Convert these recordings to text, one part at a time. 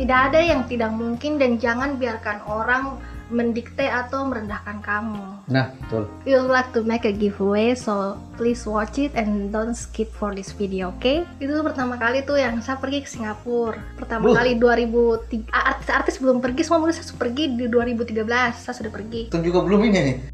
Tidak ada yang tidak mungkin dan jangan biarkan orang mendikte atau merendahkan kamu. Nah, betul. We would like to make a giveaway, so please watch it and don't skip for this video, okay? Itu pertama kali tuh yang saya pergi ke Singapura. Pertama kali 2003. Artis-artis belum pergi, semua mulai saya pergi di 2013. Saya sudah pergi. Itu juga belum ini nih.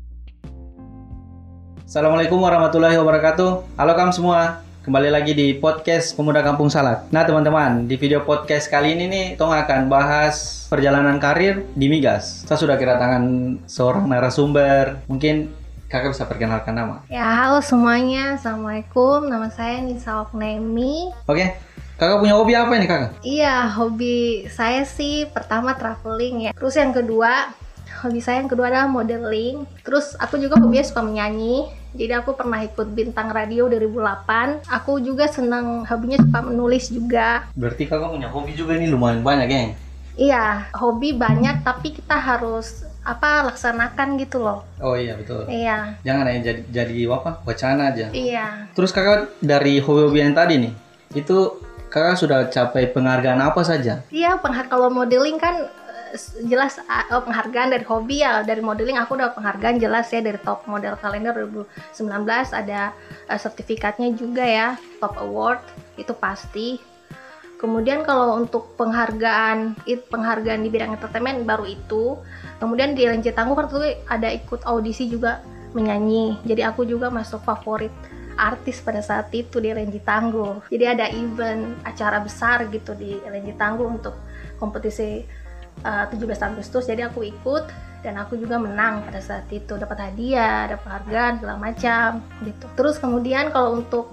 Assalamualaikum warahmatullahi wabarakatuh. Halo kamu semua. Kembali lagi di podcast Pemuda Kampung Salak. Nah teman-teman, di video podcast kali ini nih Tong akan bahas perjalanan karir di Migas. Saya sudah kedatangan seorang narasumber. Mungkin kakak bisa perkenalkan nama. Ya, halo semuanya. Assalamualaikum. Nama saya Nisa Oknemi. Oke. Kakak punya hobi apa ini kakak? Iya, hobi saya sih pertama traveling ya. Terus yang kedua, hobi saya yang kedua adalah modeling. Terus aku juga hobinya suka menyanyi. Jadi aku pernah ikut Bintang Radio 2008. Aku juga senang, hobinya suka menulis juga. Berarti kakak punya hobi juga nih lumayan banyak ya? Iya, hobi banyak tapi kita harus laksanakan gitu loh. Oh iya betul. Iya. Jangan hanya jadi wacana aja. Iya. Terus kakak dari hobi-hobi yang tadi nih, itu kakak sudah capai penghargaan apa saja? Iya, kalau modeling kan jelas penghargaan dari hobi ya. Dari modeling aku udah penghargaan jelas ya, dari Top Model Kalender 2019 ada sertifikatnya juga ya, Top Award itu pasti. Kemudian kalau untuk penghargaan di bidang entertainment baru itu. Kemudian di LNJ Tangguh kan tuh ada ikut audisi juga menyanyi. Jadi aku juga masuk favorit artis pada saat itu di LNJ Tangguh. Jadi ada event acara besar gitu di LNJ Tangguh untuk kompetisi 17 Agustus. Jadi aku ikut dan aku juga menang pada saat itu, dapat hadiah, dapat penghargaan segala macam gitu. Terus kemudian kalau untuk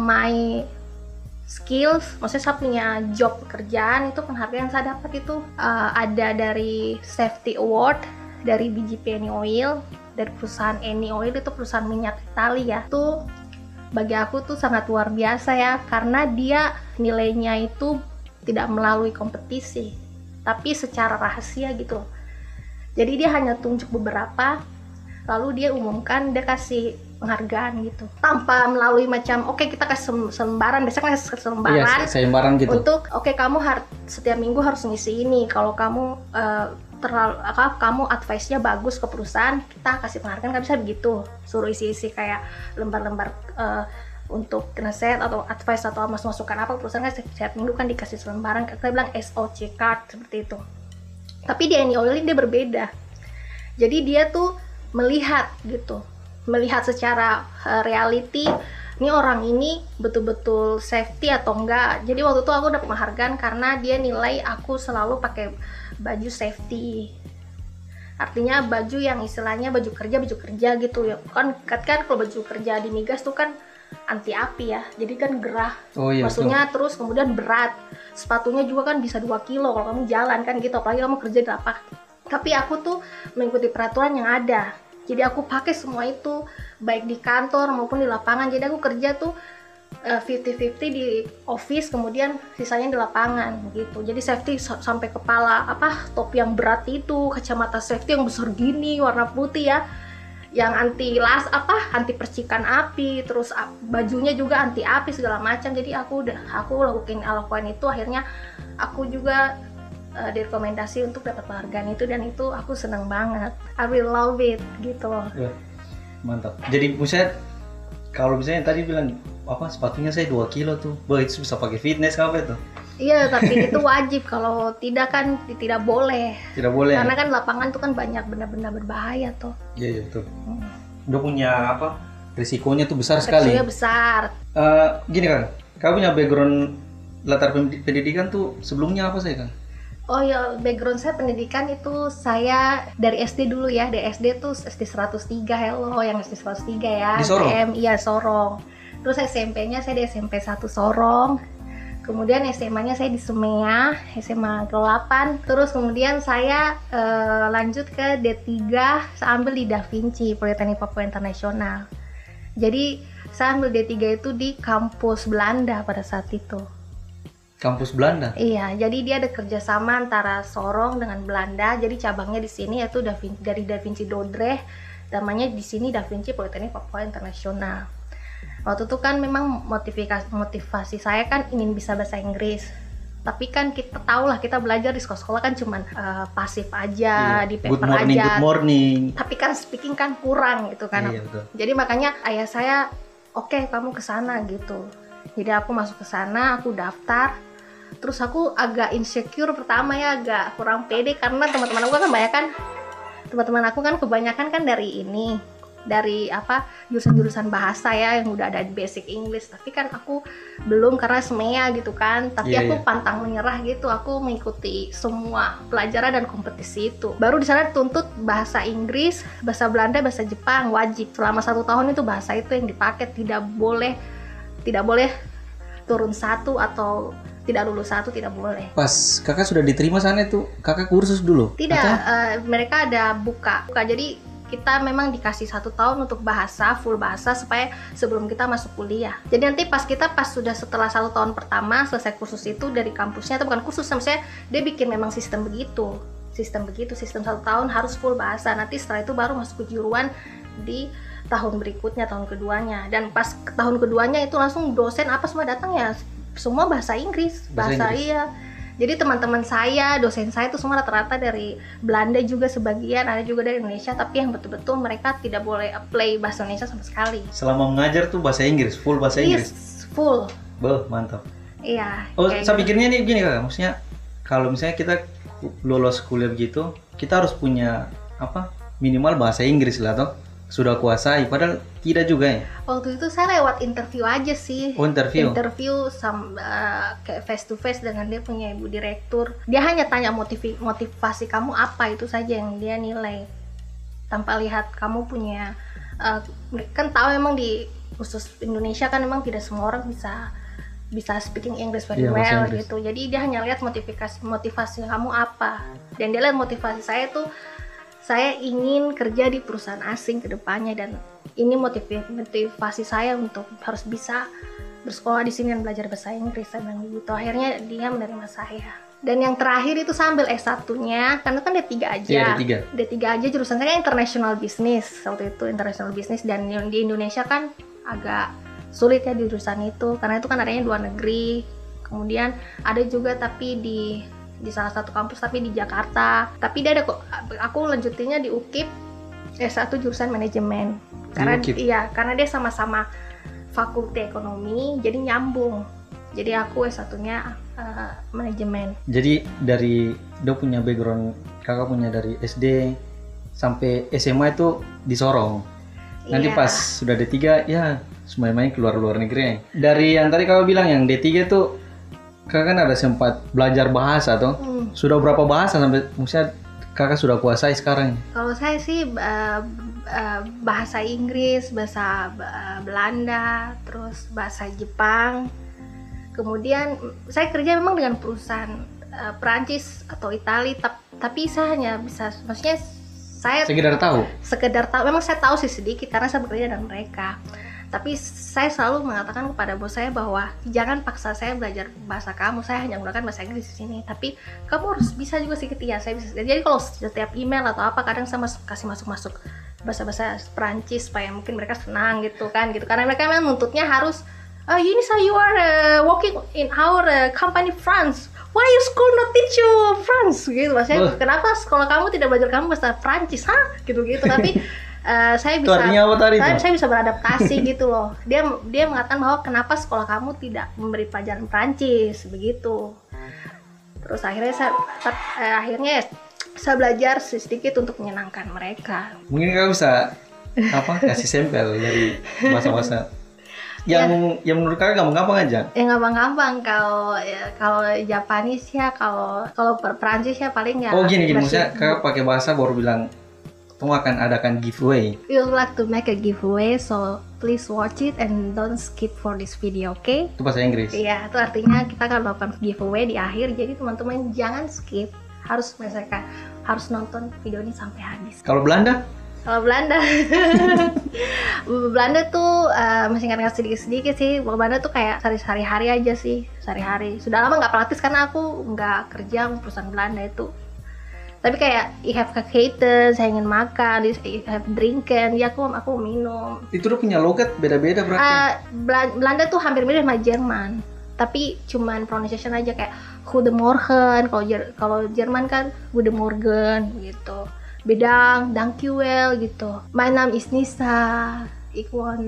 my skills, maksudnya saya punya job pekerjaan, itu penghargaan yang saya dapat itu ada dari Safety Award dari BGP Eni Oil, dari perusahaan Eni Oil, itu perusahaan minyak Italia. Itu bagi aku tuh sangat luar biasa ya, karena dia nilainya itu tidak melalui kompetisi, tapi secara rahasia gitu. Jadi dia hanya tunjuk beberapa, lalu dia umumkan, dia kasih penghargaan gitu, tanpa melalui macam kita kasih selembaran, biasanya kasih selembaran, selembaran gitu. Untuk kamu setiap minggu harus ngisi ini. Kalau kamu kamu advice-nya bagus ke perusahaan, kita kasih penghargaan. Nggak bisa begitu, suruh isi kayak lembar-lembar untuk nasihat atau advice atau masukan apa perusahaan kan setiap minggu kan dikasih selembaran, kita bilang SOC card seperti itu. Tapi di Eni Oil dia berbeda. Jadi dia tuh melihat secara reality, ini orang ini betul-betul safety atau enggak. Jadi waktu itu aku dapat penghargaan karena dia nilai aku selalu pakai baju safety. Artinya baju yang istilahnya baju kerja gitu ya. Kan kalau baju kerja di Migas tuh kan anti api ya, jadi kan gerah. Iya, maksudnya betul. Terus kemudian berat, sepatunya juga kan bisa 2 kilo kalau kamu jalan kan gitu, apalagi kamu kerja di lapangan. Tapi aku tuh mengikuti peraturan yang ada, jadi aku pakai semua itu baik di kantor maupun di lapangan. Jadi aku kerja tuh 50-50 di office, kemudian sisanya di lapangan gitu. Jadi safety sampai kepala, topi yang berat itu, kacamata safety yang besar gini warna putih ya, yang anti anti percikan api, terus bajunya juga anti api segala macam. Jadi aku lakukan itu, akhirnya aku juga direkomendasi untuk dapat penghargaan itu, dan itu aku senang banget. I will love it gitu. Ya, mantap. Jadi kalau misalnya tadi bilang sepatunya saya 2 kilo tuh, itu bisa pakai fitness itu. Iya, tapi itu wajib, kalau tidak kan tidak boleh. Tidak boleh. Karena kan lapangan tuh kan banyak benda-benda berbahaya tuh. Iya betul. Udah punya risikonya tuh besar sekali. Risikonya besar. Gini kan, kamu punya background latar pendidikan tuh sebelumnya apa sih kan? Oh ya, background saya pendidikan itu saya dari SD dulu ya. Dari SD tuh SD 103 yang SD 103 ya. Di Sorong? Iya, Sorong. Terus SMP-nya saya di SMP 1 Sorong. Kemudian SMA-nya saya di Semea, SMA 8. Terus kemudian saya lanjut ke D3, saya ambil di Da Vinci, Politeknik Papua Internasional. Jadi saya ambil D3 itu di kampus Belanda pada saat itu. Kampus Belanda? Iya, jadi dia ada kerjasama antara Sorong dengan Belanda. Jadi cabangnya di sini yaitu dari Da Vinci Dordrecht, namanya di sini Da Vinci Politeknik Papua Internasional. Waktu itu kan memang motivasi saya kan ingin bisa bahasa Inggris. Tapi kan kita tahu lah, kita belajar di sekolah kan cuman pasif aja, di paper good morning. Tapi kan speaking kan kurang gitu kan. Iya, betul. Jadi makanya ayah saya, oke, kamu ke sana gitu. Jadi aku masuk ke sana, aku daftar. Terus aku agak insecure pertama ya, agak kurang pede karena teman-teman aku kan kebanyakan kan dari jurusan-jurusan bahasa ya, yang udah ada basic English. Tapi kan aku belum karena SMEA gitu kan. Tapi aku pantang menyerah gitu, aku mengikuti semua pelajaran dan kompetisi itu. Baru di sana tuntut bahasa Inggris, bahasa Belanda, bahasa Jepang wajib. Selama 1 tahun itu bahasa itu yang dipakai, tidak boleh turun 1 atau tidak lulus 1, tidak boleh. Pas kakak sudah diterima sana itu, kakak kursus dulu? Tidak, mereka ada buka. Jadi kita memang dikasih 1 tahun untuk full bahasa supaya sebelum kita masuk kuliah. Jadi nanti setelah 1 tahun pertama selesai kursus itu dari kampusnya, atau bukan kursus, maksudnya dia bikin memang sistem 1 tahun harus full bahasa. Nanti setelah itu baru masuk kejuruan di tahun berikutnya, tahun keduanya. Dan pas ke tahun keduanya itu langsung dosen semua datang ya, semua bahasa Inggris. Iya. Jadi teman-teman saya, dosen saya itu semua rata-rata dari Belanda juga sebagian, ada juga dari Indonesia, tapi yang betul-betul mereka tidak boleh apply bahasa Indonesia sama sekali. Selama mengajar tuh bahasa Inggris, full bahasa Inggris? Full. Mantap. Iya. Saya pikirnya nih gini Kak, maksudnya kalau misalnya kita lolos kuliah begitu, kita harus punya minimal bahasa Inggris lah toh. Sudah kuasai, padahal tidak juga ya. Waktu itu saya lewat interview aja sih. Interview kayak face to face dengan dia punya ibu direktur. Dia hanya tanya motivasi kamu apa, itu saja yang dia nilai. Tanpa lihat kamu punya kan tahu memang di khusus Indonesia kan memang tidak semua orang bisa speaking English very well gitu. Jadi dia hanya lihat motivasi kamu apa. Dan dia lihat motivasi saya tuh, saya ingin kerja di perusahaan asing ke depannya, dan ini motivasi saya untuk harus bisa bersekolah di sini dan belajar bahasa Inggris, saya bilang gitu. Akhirnya dia menerima saya. Dan yang terakhir itu sambil S1-nya, karena kan D3 aja. Iya, D3 aja, jurusan saya international business. Waktu itu international business, dan di Indonesia kan agak sulit ya di jurusan itu, karena itu kan adanya 2 negeri. Kemudian ada juga tapi di salah satu kampus tapi di Jakarta. Tapi dia ada aku lanjutinnya di UKIP S1 jurusan manajemen. Karena dia sama-sama fakultas ekonomi, jadi nyambung. Jadi aku S1-nya manajemen. Jadi dari dia punya background, kakak punya dari SD sampai SMA itu di Sorong. Nanti pas sudah D3 ya semuanya keluar negeri. Dari yang tadi kakak bilang yang D3 itu kakak kan ada sempat belajar bahasa toh? Sudah berapa bahasa sampai maksudnya kakak sudah kuasai sekarang? Kalau saya sih bahasa Inggris, bahasa Belanda, terus bahasa Jepang. Kemudian saya kerja memang dengan perusahaan Perancis atau Italia, tapi saya hanya bisa, maksudnya saya sekedar tahu. Memang saya tahu sih sedikit karena saya bekerja dengan mereka. Tapi saya selalu mengatakan kepada bos saya bahwa jangan paksa saya belajar bahasa kamu, saya hanya menggunakan bahasa Inggris di sini. Tapi kamu harus bisa juga sedikit ya, saya bisa. Jadi kalau setiap email atau apa, kadang saya kasih masuk bahasa-bahasa Perancis supaya mungkin mereka senang gitu kan, gitu. Karena mereka memang nuntutnya harus, Yunisa, you are working in our company France. Why your school not teach you France? Gitu, maksudnya kenapa sekolah kamu tidak belajar kamu bahasa Perancis, gitu. Tapi saya bisa beradaptasi gitu loh. Dia mengatakan bahwa kenapa sekolah kamu tidak memberi pelajaran Prancis begitu. Terus akhirnya saya belajar sedikit untuk menyenangkan mereka. Mungkin kamu bisa kasih sampel dari bahasa-bahasa yang menurut kakak gampang-gampang aja. Gampang-gampang. Kalau Japanese ya, kalau Prancis ya paling ya. Oh gini maksudnya kakak pakai bahasa baru bilang akan adakan giveaway. We would like to make a giveaway, so please watch it and don't skip for this video, okay? Itu bahasa Inggris. Iya, itu artinya kita akan melakukan giveaway di akhir. Jadi teman-teman jangan skip, harus nonton video ini sampai habis. Kalau Belanda? Belanda tuh masih ingat sedikit-sedikit sih. Belanda tuh kayak sehari-hari aja sih, sehari-hari. Sudah lama nggak praktis karena aku nggak kerja di perusahaan Belanda itu. Tapi kayak I have kaketen, saya ingin makan, I have drinken, ya aku minum. Itu udah punya logat beda-beda berarti? Belanda tuh hampir mirip sama Jerman. tapi cuman pronunciation aja kayak Goedemorgen, kalau Jerman kan Guten Morgen gitu. Bedang, dankjewel gitu. My name is Nisa, ik woon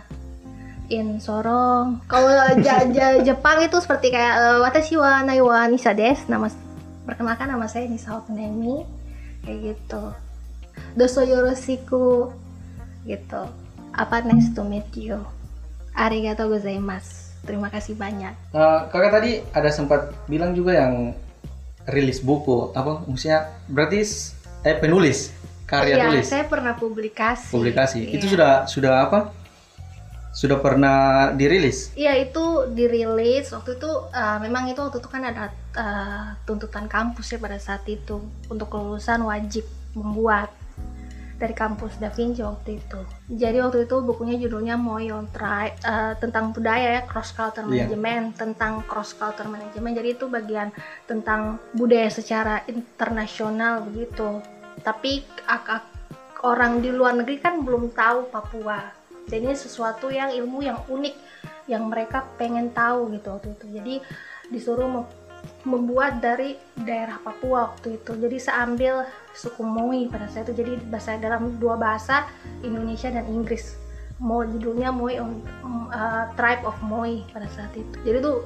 in Sorong. Kalau Jepang itu seperti kayak watashi wa nai wa Nisa desu, perkenalkan nama saya Nisa Otunemi, kayak gitu. Doso yoroshiku gitu. Apa, nice to meet you. Arigatou gozaimasu. Terima kasih banyak. Kakak tadi ada sempat bilang juga yang rilis buku, apa maksudnya? Berarti penulis karya tulis. Iya, saya pernah publikasi. Iya. Itu sudah apa? Sudah pernah dirilis? Iya, itu dirilis waktu itu. Memang itu waktu itu kan ada tuntutan kampus ya pada saat itu, untuk kelulusan wajib membuat dari kampus Da Vinci waktu itu. Jadi waktu itu bukunya judulnya Moi on Tribe, tentang budaya ya, cross culture management, tentang cross culture management. Jadi itu bagian tentang budaya secara internasional begitu. Tapi orang di luar negeri kan belum tahu Papua. Jadi ini sesuatu yang ilmu yang unik yang mereka pengen tahu gitu waktu itu. Jadi disuruh membuat dari daerah Papua waktu itu. Jadi saya ambil suku Moi pada saat itu. Jadi bahasa dalam dua bahasa, Indonesia dan Inggris. Judulnya Moi on Tribe of Moi pada saat itu. Jadi itu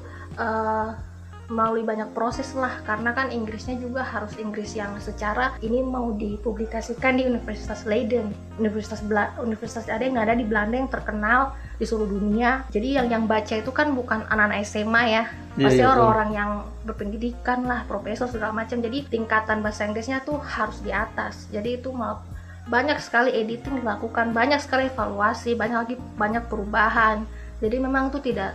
melalui banyak proses lah, karena kan Inggrisnya juga harus Inggris yang secara ini mau dipublikasikan di Universitas Leiden, universitas ada yang ada di Belanda yang terkenal di seluruh dunia. Jadi yang baca itu kan bukan anak-anak SMA ya, pasti orang-orang yang berpendidikan lah, profesor segala macam. Jadi tingkatan bahasa Inggrisnya tuh harus di atas. Jadi itu banyak sekali editing dilakukan, banyak sekali evaluasi, banyak perubahan. Jadi memang tuh tidak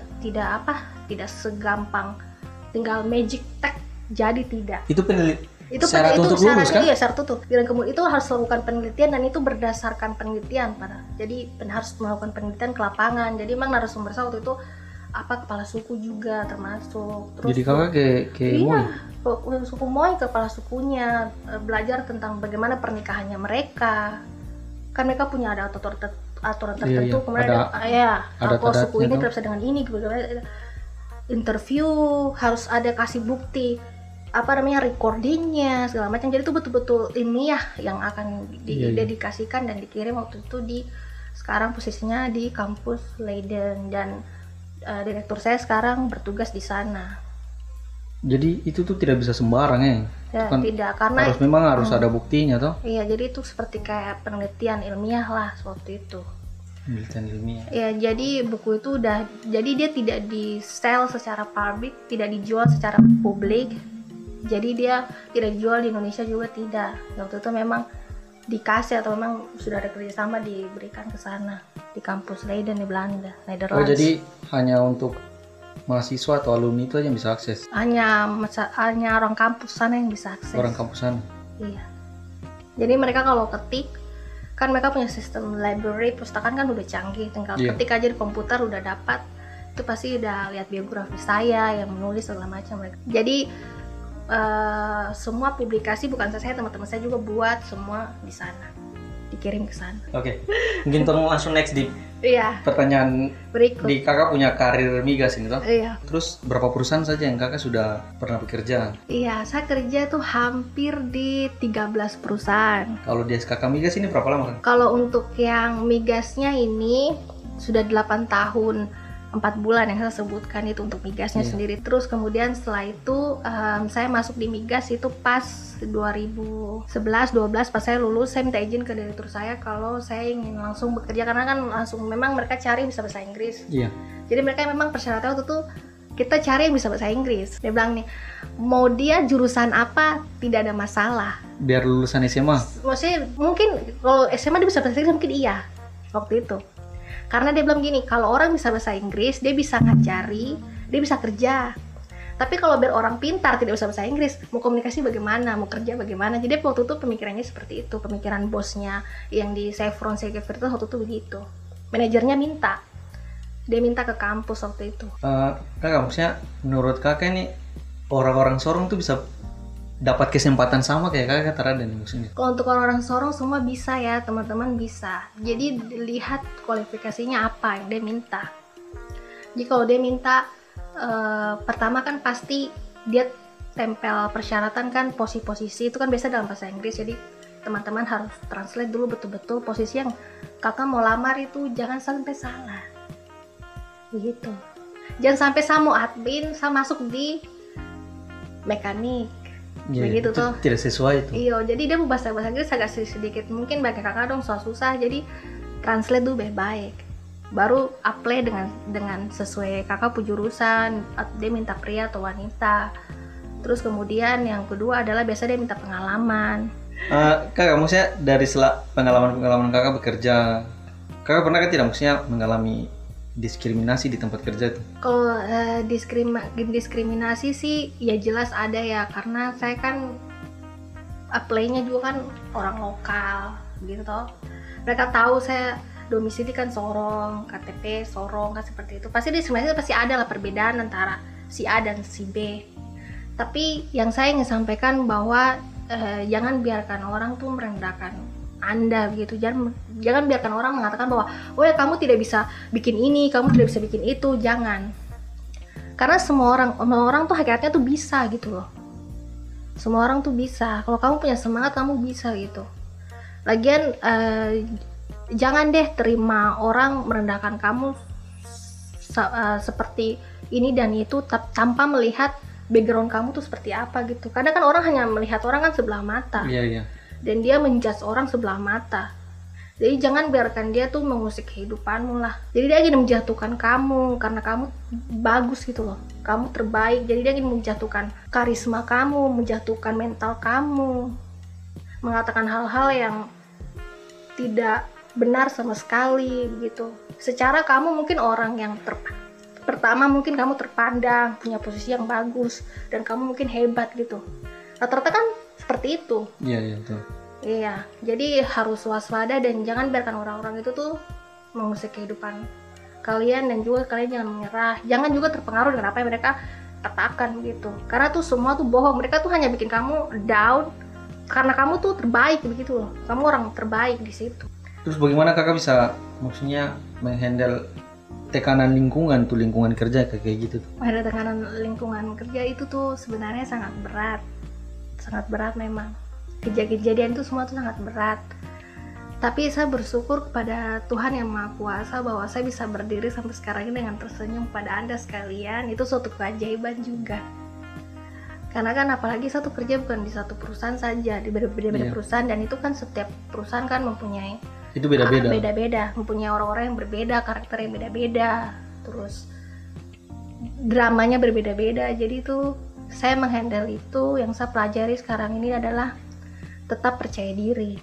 segampang tinggal magic tag jadi tidak. Itu syarat untuk lulus kan? Iya, syarat tutup. Dan kemudian itu harus melakukan penelitian, dan itu berdasarkan penelitian jadi harus melakukan penelitian ke lapangan. Jadi memang narasumber saya waktu itu kepala suku juga termasuk. Terus, jadi kakak ke Moi? Iya, suku Moi, kepala sukunya, belajar tentang bagaimana pernikahannya mereka. Kan mereka punya ada aturan tertentu, kemudian kalau suku ini terpisah dengan ini, interview harus ada kasih bukti recordingnya segala macam. Jadi itu betul-betul ilmiah yang akan didedikasikan dan dikirim waktu itu sekarang posisinya di kampus Leiden, dan direktur saya sekarang bertugas di sana. Jadi itu tuh tidak bisa sembarang ya? Kan tidak, karena harus ada buktinya toh? Iya, jadi itu seperti kayak penelitian ilmiah lah seperti itu. Penelitian ilmiah. Ya, jadi buku itu jadi dia tidak di-sell secara publik, tidak dijual secara publik. Jadi dia tidak dijual di Indonesia juga tidak. Waktu itu memang dikasih atau memang sudah ada kerjasama diberikan ke sana di kampus Leiden di Belanda, Netherlands. Oh, jadi hanya untuk mahasiswa atau alumni itu aja yang bisa akses? Hanya orang kampus sana yang bisa akses. Orang kampus sana? Iya. Jadi mereka kalau ketik, kan mereka punya sistem library, pustakaan kan udah canggih, tinggal ketik aja di komputer udah dapat. Itu pasti udah lihat biografi saya yang menulis segala macam mereka. Jadi semua publikasi bukan saya, teman-teman saya juga buat semua di sana, dikirim ke sana. Oke. Mungkin tolong langsung next di pertanyaan berikut. Di kakak punya karir migas ini toh? Iya. Terus berapa perusahaan saja yang kakak sudah pernah bekerja? Iya, saya kerja tuh hampir di 13 perusahaan. Kalau di SKK migas ini berapa lama kan? Kalau untuk yang migasnya ini sudah 8 tahun 4 bulan yang saya sebutkan itu untuk migasnya sendiri. Terus kemudian setelah itu saya masuk di migas itu pas 2011-12 pas saya lulus. Saya minta izin ke direktur saya kalau saya ingin langsung bekerja, karena kan langsung memang mereka cari bisa bahasa Inggris. Jadi mereka memang persyaratan waktu itu kita cari yang bisa bahasa Inggris. Dia bilang nih, mau dia jurusan apa tidak ada masalah, biar lulusan SMA. Maksudnya mungkin kalau SMA dia bisa bahasa Inggris mungkin iya waktu itu. Karena dia bilang gini, kalau orang bisa bahasa Inggris, dia bisa ngajari, dia bisa kerja. Tapi kalau biar orang pintar tidak bisa bahasa Inggris, mau komunikasi bagaimana, mau kerja bagaimana. Jadi waktu itu pemikirannya seperti itu, pemikiran bosnya yang di Chevron Segevertel waktu itu begitu. Manajernya dia minta ke kampus waktu itu. Kakak, maksudnya menurut kakak ini orang-orang Sorong tuh bisa dapat kesempatan sama kayak kakak kata Raden maksudnya? Kalau untuk orang-orang Sorong semua bisa ya, teman-teman bisa. Jadi lihat kualifikasinya apa yang dia minta. Jadi kalau dia minta Pertama kan pasti dia tempel persyaratan kan posisi itu kan biasa dalam bahasa Inggris, jadi teman-teman harus translate dulu betul-betul posisi yang kakak mau lamar itu jangan sampai salah begitu. Jangan sampai saya mau admin, saya masuk di mekanik begitu itu tuh tidak sesuai itu. iya, jadi dia mau bahasa Inggris agak sedikit mungkin bagi kakak dong susah, jadi translate dulu baik-baik baru apply dengan sesuai kakak jurusan, dia minta pria atau wanita. Terus kemudian yang kedua adalah biasa dia minta pengalaman. Kakak, maksudnya dari pengalaman kakak bekerja, kakak pernah kan tidak maksudnya mengalami diskriminasi di tempat kerja itu? Kalau diskriminasi sih ya jelas ada ya, karena saya kan apply-nya juga kan orang lokal gitu toh. Mereka tahu saya domisili kan Sorong, KTP Sorong kan seperti itu. Pasti diskriminasi pasti ada lah perbedaan antara si A dan si B. Tapi yang saya ingin sampaikan bahwa jangan biarkan orang tuh merendahkan Anda begitu. Jangan biarkan orang mengatakan bahwa oh ya kamu tidak bisa bikin ini, kamu tidak bisa bikin itu. Jangan. Karena semua orang tuh hakikatnya tuh bisa gitu loh. Semua orang tuh bisa. Kalau kamu punya semangat, kamu bisa gitu. Lagian jangan deh terima orang merendahkan kamu seperti ini dan itu tanpa melihat background kamu tuh seperti apa gitu. Kadang kan orang hanya melihat orang kan sebelah mata. Iya. Dan dia menjudge orang sebelah mata. Jadi jangan biarkan dia tuh mengusik kehidupanmu lah. Jadi dia ingin menjatuhkan kamu karena kamu bagus gitu loh. Kamu terbaik. Jadi dia ingin menjatuhkan karisma kamu, menjatuhkan mental kamu. Mengatakan hal-hal yang tidak benar sama sekali begitu. Secara kamu mungkin orang yang pertama mungkin kamu terpandang, punya posisi yang bagus, dan kamu mungkin hebat gitu. Rata-rata kan seperti itu. Iya betul. Iya, jadi harus waspada dan jangan biarkan orang-orang itu tuh mengusik kehidupan kalian, dan juga kalian jangan menyerah. Jangan juga terpengaruh dengan apa yang mereka katakan gitu. Karena tuh semua tuh bohong. Mereka tuh hanya bikin kamu down karena kamu tuh terbaik begitu loh. Kamu orang terbaik di situ. Terus bagaimana kakak bisa maksudnya menghandle tekanan lingkungan kerja kayak gitu? Ada tekanan lingkungan kerja itu tuh sebenarnya sangat berat memang. Kejadian itu semua tuh sangat berat. Tapi saya bersyukur kepada Tuhan yang Maha Kuasa bahwa saya bisa berdiri sampai sekarang ini dengan tersenyum pada Anda sekalian. Itu suatu keajaiban juga. Karena kan apalagi satu kerja bukan di satu perusahaan saja, di berbeda-beda perusahaan, dan itu kan setiap perusahaan kan mempunyai itu beda-beda, mempunyai orang-orang yang berbeda, karakter yang beda-beda, terus dramanya berbeda-beda. Jadi itu saya menghandle itu. Yang saya pelajari sekarang ini adalah tetap percaya diri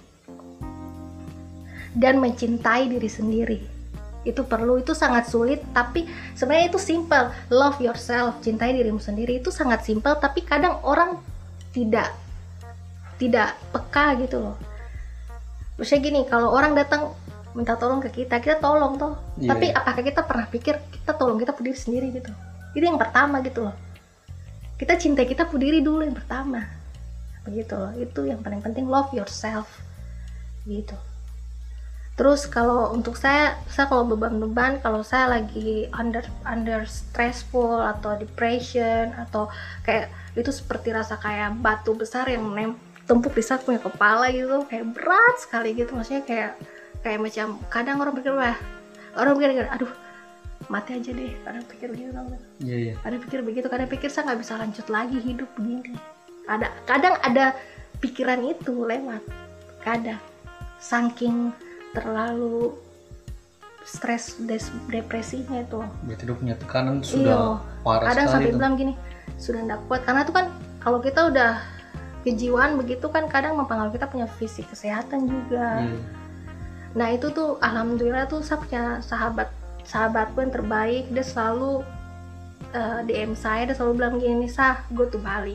dan mencintai diri sendiri. Itu perlu, itu sangat sulit, tapi sebenarnya itu simple. Love yourself, cintai dirimu sendiri, itu sangat simple, tapi kadang orang tidak peka gitu loh. Maksudnya gini, kalau orang datang minta tolong ke kita tolong toh. Tapi apakah kita pernah pikir kita tolong kita diri sendiri gitu? Itu yang pertama gitu loh. Kita cintai kita diri dulu yang pertama. Begitu loh. Itu yang paling penting, love yourself. Gitu. Terus kalau untuk saya kalau beban-beban, kalau saya lagi under stressful atau depression atau kayak itu seperti rasa kayak batu besar yang tumpuk di saat punya kepala gitu, kayak berat sekali gitu. Maksudnya kayak macam kadang orang pikir aduh mati aja deh, kadang pikir gitu kan. Iya. Kadang pikir begitu, kadang pikir saya nggak bisa lanjut lagi hidup begini. Kadang ada pikiran itu lewat, kadang saking terlalu stres depresinya itu. Berarti dia punya tekanan sudah parah kadang sekali. Sampai bilang gini, sudah nggak kuat, karena itu kan kalau kita udah kejiwaan begitu kan kadang mempengaruhi kita punya fisik kesehatan juga. Nah itu tuh alhamdulillah tuh saya punya sahabatku yang terbaik. Dia selalu DM saya, dia selalu bilang gini, Nisa go to Bali,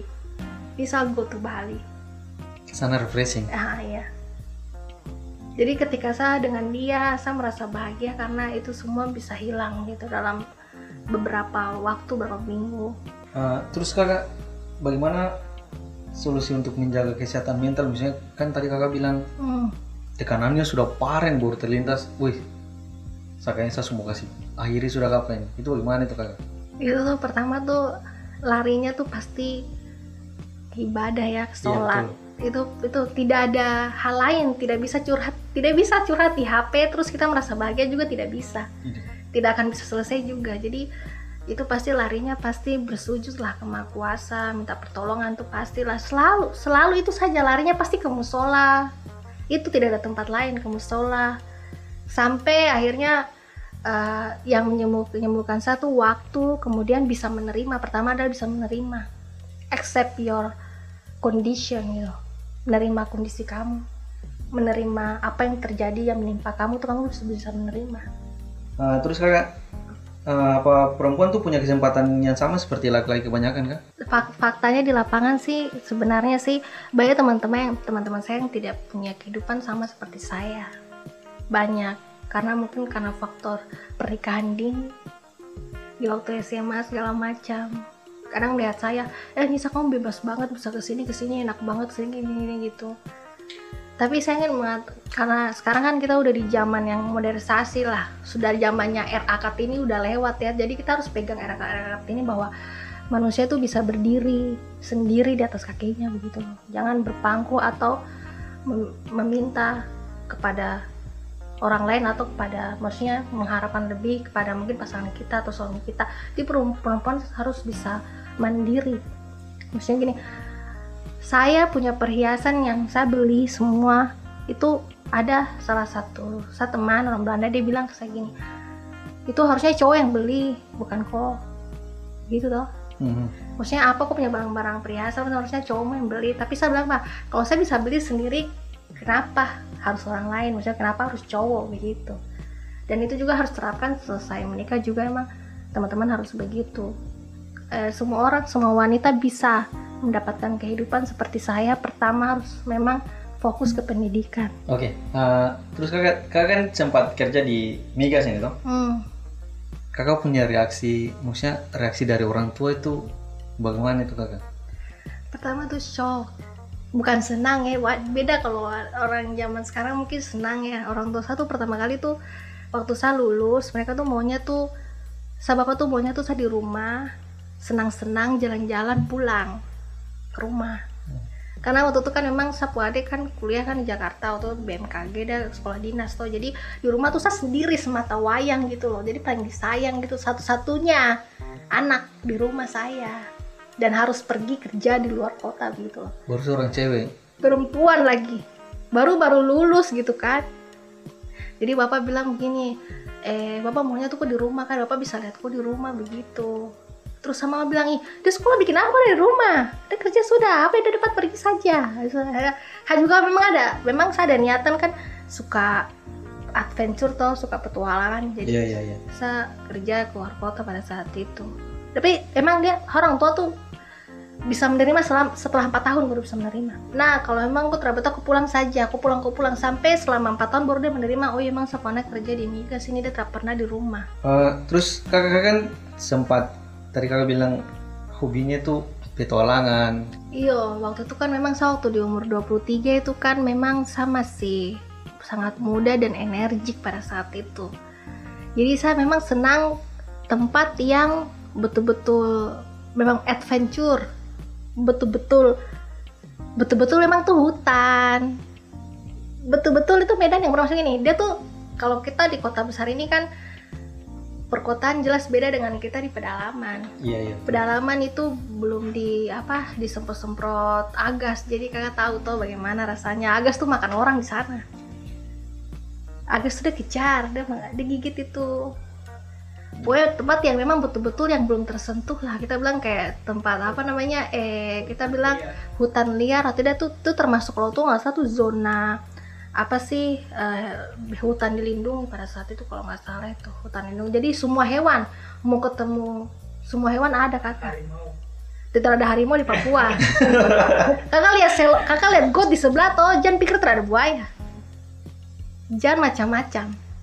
Sana refreshing. Iya. Jadi ketika saya dengan dia, saya merasa bahagia karena itu semua bisa hilang gitu dalam beberapa minggu. Terus kakak, bagaimana solusi untuk menjaga kesehatan mental? Misalnya kan tadi kakak bilang tekanannya sudah parah yang baru terlintas, kayaknya saya semua kasih akhiri sudah kapan? Itu bagaimana itu kakak? Itu tuh pertama tuh larinya tuh pasti ibadah ya, sholat. Itu tidak ada hal lain, tidak bisa curhat di HP terus kita merasa bahagia juga tidak bisa. Tidak akan bisa selesai juga. Jadi itu pasti larinya pasti bersujud lah ke Maha Kuasa, minta pertolongan tuh pastilah, selalu itu saja larinya pasti ke musola. Itu tidak ada tempat lain, ke musola. Sampai akhirnya yang menyembuhkan satu waktu, kemudian bisa menerima. Pertama adalah bisa menerima, accept your condition gitu, menerima kondisi kamu, menerima apa yang terjadi yang menimpa kamu tuh kamu bisa menerima. Terus kakak, apa perempuan tuh punya kesempatan yang sama seperti laki-laki kebanyakan kak? Faktanya di lapangan sih sebenarnya sih banyak teman-teman saya yang tidak punya kehidupan sama seperti saya. Banyak, karena mungkin karena faktor pernikahan dini di waktu SMA segala macam. Kadang lihat saya, Nisa kamu bebas banget, bisa kesini enak banget, kesini gini gitu. Tapi saya ingin karena sekarang kan kita udah di zaman yang modernisasi lah, sudah zamannya era Kartini udah lewat ya. Jadi kita harus pegang era Kartini bahwa manusia tuh bisa berdiri sendiri di atas kakinya begitu. Jangan berpangku atau meminta kepada orang lain atau kepada, maksudnya mengharapkan lebih kepada mungkin pasangan kita atau suami kita. Di perempuan harus bisa mandiri. Maksudnya gini, saya punya perhiasan yang saya beli semua itu ada salah satu teman orang Belanda, dia bilang ke saya gini, itu harusnya cowok yang beli bukan kok, gitu toh. Maksudnya apa, kok punya barang-barang perhiasan harusnya cowok yang beli. Tapi saya bilang, Pak, kalau saya bisa beli sendiri kenapa harus orang lain, maksudnya kenapa harus cowok begitu. Dan itu juga harus terapkan selesai menikah juga, emang teman-teman harus begitu. Semua wanita bisa mendapatkan kehidupan seperti saya. Pertama harus memang fokus ke pendidikan. Oke. Terus kakak kan sempat kerja di migas ini toh? Kakak punya reaksi, maksudnya reaksi dari orang tua itu bagaimana itu kakak? Pertama tuh shock, bukan senang ya, beda. Kalau orang zaman sekarang mungkin senang ya. Orang tua saya tuh pertama kali tuh waktu saya lulus, mereka tuh maunya tuh, bapak tuh maunya tuh saya di rumah senang-senang jalan-jalan pulang ke rumah. Karena waktu itu kan memang sapu adik kan kuliah kan di Jakarta, waktu BMKG dan sekolah dinas tuh. Jadi di rumah tuh saya sendiri semata wayang gitu loh. Jadi paling disayang gitu, satu-satunya anak di rumah saya. Dan harus pergi kerja di luar kota gitu loh. Baru seorang cewek. Perempuan lagi. Baru lulus gitu kan. Jadi bapak bilang begini, bapak maunya tuh kok di rumah kan, bapak bisa lihat kok di rumah begitu. Terus sama mama bilang, dia sekolah bikin apa dari rumah? Dia kerja sudah, apa yang dapat pergi saja. Juga memang saya ada niatan kan, suka adventure toh, suka petualangan. Jadi saya kerja keluar kota pada saat itu. Tapi emang dia orang tua tuh bisa menerima setelah 4 tahun baru bisa menerima. Nah kalau emang aku terabet aku pulang saja, aku pulang sampai selama 4 tahun baru dia menerima. Oh iya emang Sapana kerja di migas ini, dia tak pernah di rumah. Terus kakak kan sempat tadi kakak bilang hobinya tuh petualangan. Iya, waktu itu kan memang saya waktu di umur 23 itu kan memang sama sih, sangat muda dan energik pada saat itu. Jadi saya memang senang tempat yang betul-betul memang adventure, betul-betul memang tuh hutan, betul-betul itu medan yang bermaksud ini. Dia tuh kalau kita di kota besar ini kan perkotaan jelas beda dengan kita di pedalaman. Iya. Pedalaman itu belum disemprot-semprot agas, jadi kakak tahu tuh bagaimana rasanya. Agas tuh makan orang di sana. Agas tuh dia kejar, dia gigit itu. Pokoknya tempat yang memang betul-betul yang belum tersentuh lah, kita bilang kayak tempat apa namanya, kita bilang hutan liar atau tidak tuh termasuk kalau tuh nggak salah tuh zona apa sih, hutan dilindungi pada saat itu kalau nggak salah itu hutan lindung. Jadi semua hewan mau ketemu, semua hewan ada kakak. Tidak ada harimau di Papua. kakak lihat got di sebelah toh, jangan pikir tidak ada buaya, jangan macam-macam.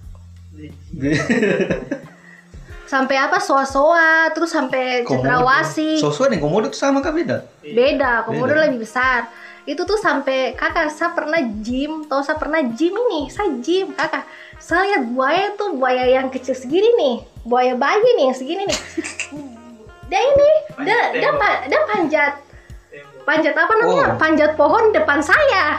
Sampai apa soa-soa, terus sampai cendrawasih. Soa-soa dan komodo itu sama kah beda? Beda, komodo lebih besar. Itu tuh sampai kakak saya pernah gym saya gym kakak, saya lihat buaya tuh, buaya yang kecil segini nih, buaya bayi nih segini nih. dia panjat apa namanya? Panjat pohon depan saya.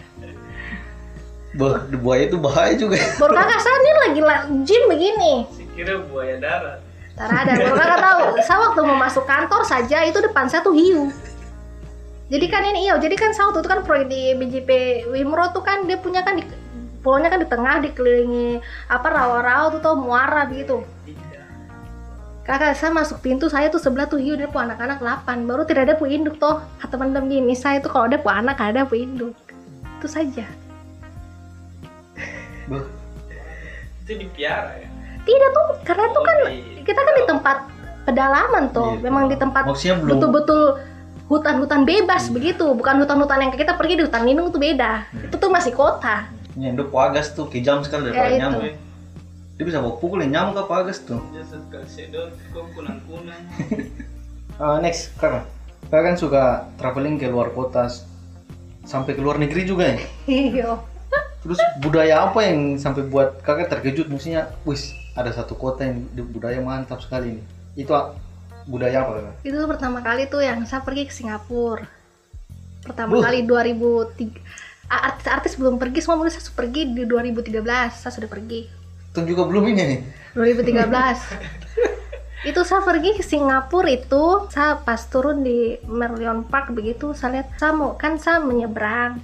Buaya itu bahaya juga. Baru kakak saya ini lagi gym begini. Kira buaya darat. Tarada, baru kakak tahu. Saya waktu mau masuk kantor saja itu depan saya tuh hiu. Jadi kan saya waktu itu kan proyek di BJP Wimro tuh kan dia punya kan pulaunya kan di tengah dikelilingi rawa-rawa tuh tau muara begitu. Kakak saya masuk pintu saya tuh sebelah tuh hiu, dia pu anak-anak 8, baru tidak ada pu induk toh. Teman-teman gini saya tuh kalau ada pu anak ada pu induk. Itu saja. Itu dipiara ya? Tidak tuh, karena itu kan kita kan di tempat pedalaman toh. Memang di tempat betul-betul hutan-hutan bebas begitu, bukan hutan-hutan yang kita pergi di hutan lindung itu beda. Itu tuh masih kota. Nyenduk pagas tuh kejam sekali daripada nyamuk. Dia bisa bawa pukulin nyamuk ke pagas tuh. Dia sekali sedot kok kunang-kunang. Next, kakak kan suka traveling ke luar kota sampai ke luar negeri juga ya? Iya. Terus budaya apa yang sampai buat kakak terkejut? Maksudnya, wis ada satu kota yang budaya mantap sekali nih. Itu budaya apa kakak? Itu pertama kali tuh yang saya pergi ke Singapura. Pertama kali 2003. Artis-artis belum pergi, semua mulai saya pergi di 2013. Saya sudah pergi. Itu juga belum ini nih. 2013. Itu saya pergi ke Singapura itu, saya pas turun di Merlion Park begitu, saya lihat saya menyeberang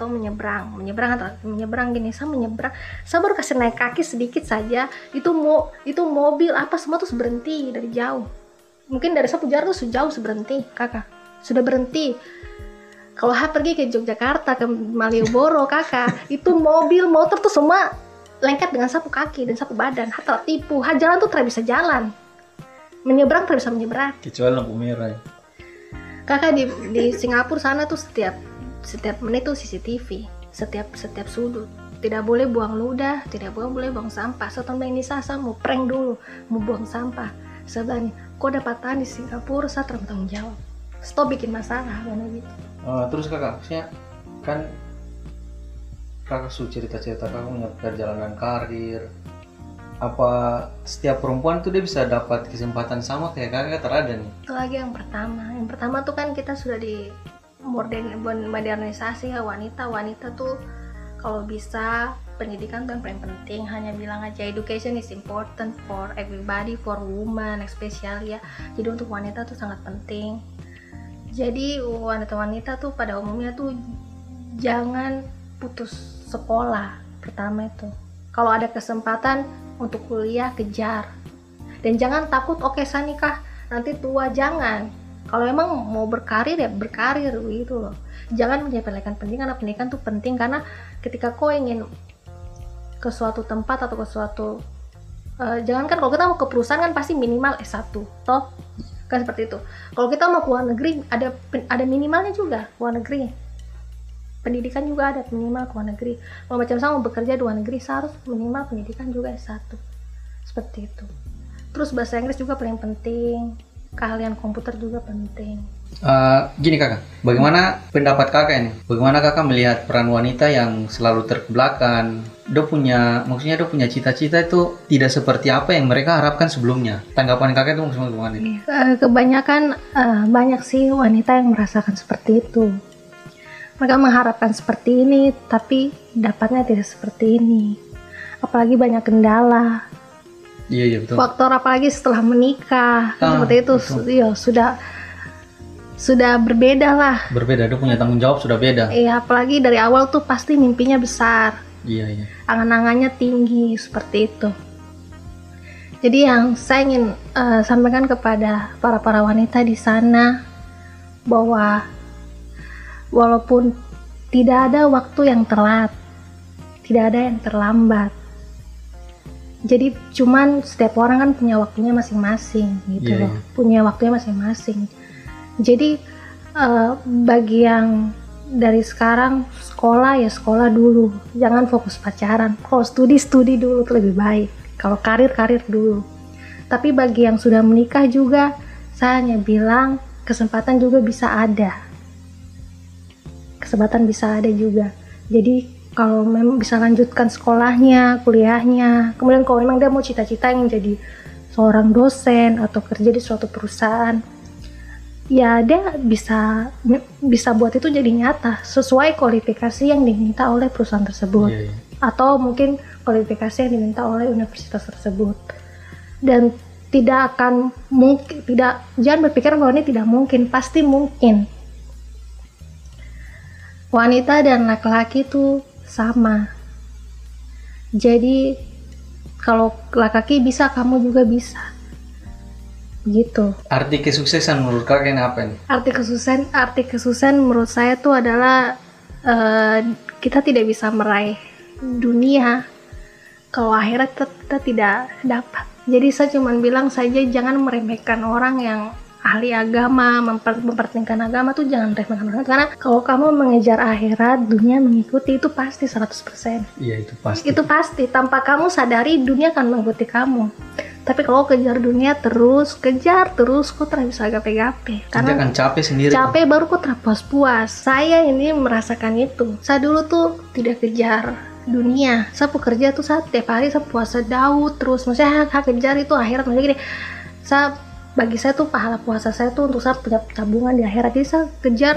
gini, saya baru kasih naik kaki sedikit saja, itu mobil apa semua tuh berhenti dari jauh. Mungkin dari saya jarak tuh sejauh berhenti, kakak. Sudah berhenti. Kalau saya pergi ke Yogyakarta, ke Malioboro, kakak, itu mobil, motor tuh semua lengket dengan sapu kaki dan sapu badan. Saya tertipu, jalan tuh tidak bisa jalan. Menyeberang tidak bisa menyeberang. Kecuali lampu merah ya. Kakak di Singapura sana tuh setiap menit tuh CCTV, setiap sudut. Tidak boleh buang ludah, tidak boleh buang sampah. Setelah ini saya mau prank dulu, mau buang sampah. Saya bilang, kok dapatan di Singapura, saya bertanggung jawab. Stop bikin masalah, karena gitu. Terus kakak, maksudnya kan kakak cerita-cerita kakak punya perjalanan karir. Apa setiap perempuan tuh dia bisa dapat kesempatan sama kayak kakak terada nih? Itu lagi yang pertama tuh kan kita sudah di modernisasi ya, wanita tuh kalau bisa pendidikan tuh yang paling penting. Hanya bilang aja education is important for everybody, for woman especially ya. Jadi untuk wanita tuh sangat penting. Jadi wanita-wanita tuh pada umumnya tuh jangan putus sekolah. Pertama itu, kalau ada kesempatan untuk kuliah kejar, dan jangan takut oke saya nikah nanti tua, jangan. Kalau emang mau berkarir ya berkarir gitu loh. Jangan menyepelekan pendidikan, karena pendidikan tuh penting, karena ketika kau ingin ke suatu tempat atau ke suatu jangankan kalau kita mau ke perusahaan kan pasti minimal S1 toh kan, seperti itu. Kalau kita mau ke luar negeri ada minimalnya juga. Luar negeri pendidikan juga ada minimal ke luar negeri. Kalau macam saya mau bekerja di luar negeri, saya harus minimal pendidikan juga S1. Seperti itu. Terus bahasa Inggris juga paling penting. Keahlian komputer juga penting. Gini kakak, bagaimana pendapat kakak ini? Bagaimana kakak melihat peran wanita yang selalu terbelakang? Dia punya cita-cita itu tidak seperti apa yang mereka harapkan sebelumnya. Tanggapan kakak itu maksudnya gimana? Kebanyakan banyak sih wanita yang merasakan seperti itu. Mereka mengharapkan seperti ini, tapi dapatnya tidak seperti ini. Apalagi banyak kendala. Iya betul. Faktor apalagi setelah menikah, seperti itu, iya sudah berbeda lah. Berbeda, dia punya tanggung jawab sudah beda. Iya, apalagi dari awal tuh pasti mimpinya besar. Iya. Angan-angannya tinggi, seperti itu. Jadi yang saya ingin sampaikan kepada para wanita di sana, bahwa walaupun tidak ada waktu yang telat, tidak ada yang terlambat. Jadi cuman setiap orang kan punya waktunya masing-masing gitu loh. Punya waktunya masing-masing. Jadi bagi yang dari sekarang sekolah ya sekolah dulu, jangan fokus pacaran. Kalau studi dulu itu lebih baik. Kalau karir dulu. Tapi bagi yang sudah menikah juga, saya hanya bilang kesempatan juga bisa ada. Kesempatan bisa ada juga. Jadi kalau memang bisa lanjutkan sekolahnya, kuliahnya, kemudian kalau memang dia mau cita-cita yang jadi seorang dosen atau kerja di suatu perusahaan, ya dia bisa buat itu jadi nyata sesuai kualifikasi yang diminta oleh perusahaan tersebut. Iya. Atau mungkin kualifikasi yang diminta oleh universitas tersebut. Dan tidak akan mungkin, jangan berpikir bahwa ini tidak mungkin, pasti mungkin. Wanita dan laki-laki itu sama. Jadi kalau laki-laki bisa, kamu juga bisa. Gitu. Arti kesuksesan menurut kakak apa nih? Arti kesuksesan menurut saya itu adalah kita tidak bisa meraih dunia kalau akhirat kita tidak dapat. Jadi saya cuma bilang saja jangan meremehkan orang yang ahli agama, mempertingkan agama tuh jangan remehkan orang, karena kalau kamu mengejar akhirat, dunia mengikuti, itu pasti 100%. Iya, itu pasti. Itu pasti, tanpa kamu sadari dunia akan mengikuti kamu. Tapi kalau kejar dunia terus, kok tidak bisa gape-gape. Karena akan capek sendiri. Capek baru kok terpuas-puas. Saya ini merasakan itu. Saya dulu tuh tidak kejar dunia. Saya bekerja tuh saya tiap hari saya puasa Daud terus. Maksudnya saya kejar itu akhirat. Maksudnya gini, bagi saya tuh pahala puasa saya tuh untuk saya punya tabungan di akhirat. Jadi saya kejar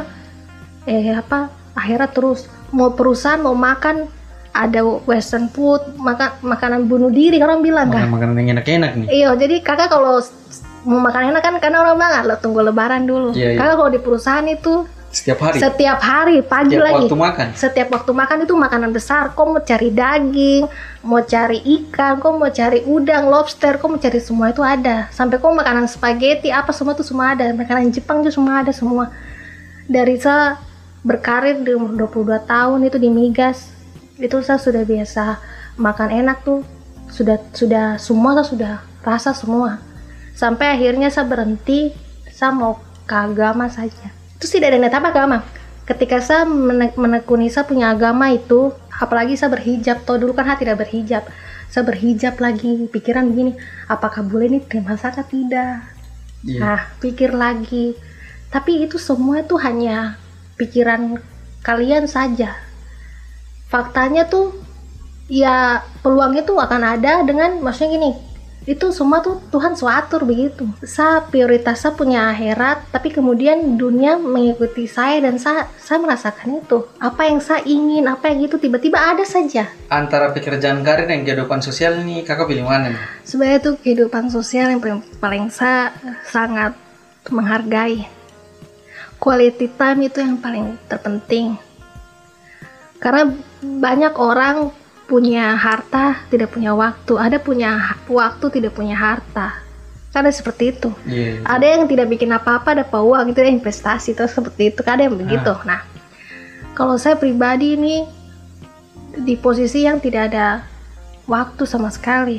akhirat terus. Mau perusahaan, mau makan, ada western food, makanan bunuh diri, orang bilang kan makanan yang enak-enak nih. Iya, jadi kakak kalau mau makan enak kan, karena orang bilang lo tunggu lebaran dulu. Iya. Kakak kalau di perusahaan itu setiap hari pagi setiap lagi waktu makan. Setiap waktu makan itu makanan besar. Kau mau cari daging, mau cari ikan, kau mau cari udang, lobster, kau mau cari semua itu ada. Sampai kau makanan spaghetti apa semua itu semua ada. Makanan Jepang itu semua ada semua. Dari saya berkarir di umur 22 tahun itu di migas, itu saya sudah biasa makan enak tuh, sudah semua saya sudah rasa semua. Sampai akhirnya saya berhenti, saya mau ke agama saja. Itu tidak ada niat apa agama. Ketika saya menekuni saya punya agama itu, apalagi saya berhijab, toh dulu kan saya tidak berhijab. Saya berhijab lagi, pikiran begini, apakah boleh ini terima zakat tidak? Yeah. Nah, pikir lagi. Tapi itu semua itu hanya pikiran kalian saja. Faktanya tuh ya peluangnya tuh akan ada dengan, maksudnya gini, itu semua tuh Tuhan suatur begitu. Saya prioritas saya punya akhirat, tapi kemudian dunia mengikuti saya dan saya merasakan itu. Apa yang saya ingin, apa yang itu tiba-tiba ada saja. Antara pekerjaan karir dan kehidupan sosial ini kakak pilih mana nih? Sebenarnya tuh kehidupan sosial yang paling saya sangat menghargai. Quality time itu yang paling terpenting. Karena banyak orang punya harta, tidak punya waktu. Ada punya waktu, tidak punya harta. Karena seperti itu. Yeah. Ada yang tidak bikin apa-apa, dapat uang, itu investasi, itu seperti itu. Ada yang begitu. Nah, kalau saya pribadi ini di posisi yang tidak ada waktu sama sekali.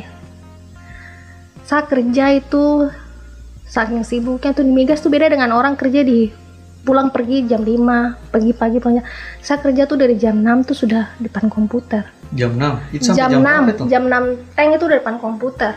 Saya kerja itu saking sibuknya tuh di migas tuh beda dengan orang kerja di pulang pergi jam 5, pagi-pagi punya. Saya kerja tuh dari jam 6 tuh sudah depan komputer. Jam 6? Itu sampai jam 6 itu? Jam 6 tank itu udah depan komputer.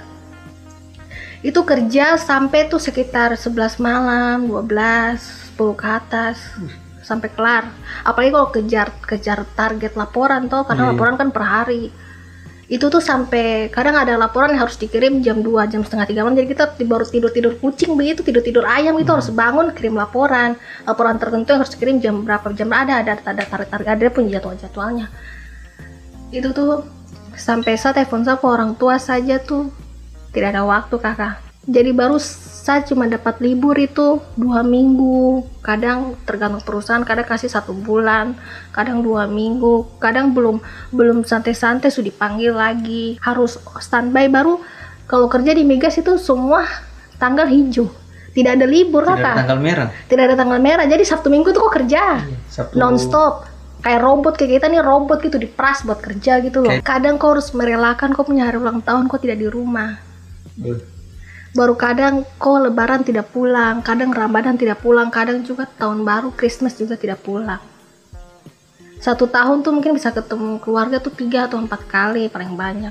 Itu kerja sampai tuh sekitar 11 malam, 12, 10 ke atas. Sampai kelar. Apalagi kalau kejar target laporan tuh, karena laporan kan per hari. Itu tuh sampai kadang ada laporan yang harus dikirim jam 2, jam setengah 3 malam. Jadi kita baru tidur kucing begitu, tidur ayam itu harus bangun kirim laporan tertentu yang harus dikirim jam berapa, jam ada target, ada pun jadwalnya. Itu tuh sampai saya telepon saya ke orang tua saja tuh tidak ada waktu kakak. Jadi baru saya cuma dapat libur itu 2 minggu, kadang tergantung perusahaan, kadang kasih 1 bulan, kadang 2 minggu, kadang belum santai-santai sudah dipanggil lagi, harus standby. Baru kalau kerja di migas itu semua tanggal hijau, tidak ada libur kakak. Tidak ada tanggal merah. Tidak ada tanggal merah, jadi Sabtu Minggu tuh kok kerja, non-stop. Kayak robot, kayak kita nih robot gitu, diperas buat kerja gitu loh. Kadang kau harus merelakan kau punya hari ulang tahun kau tidak di rumah. Baru kadang kau lebaran tidak pulang, kadang Ramadan tidak pulang, kadang juga tahun baru, Christmas juga tidak pulang. 1 tahun tuh mungkin bisa ketemu keluarga tuh 3 atau 4 kali paling banyak.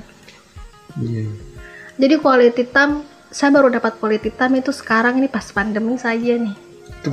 Jadi quality time, saya baru dapat quality time itu sekarang ini pas pandemi saja nih. Itu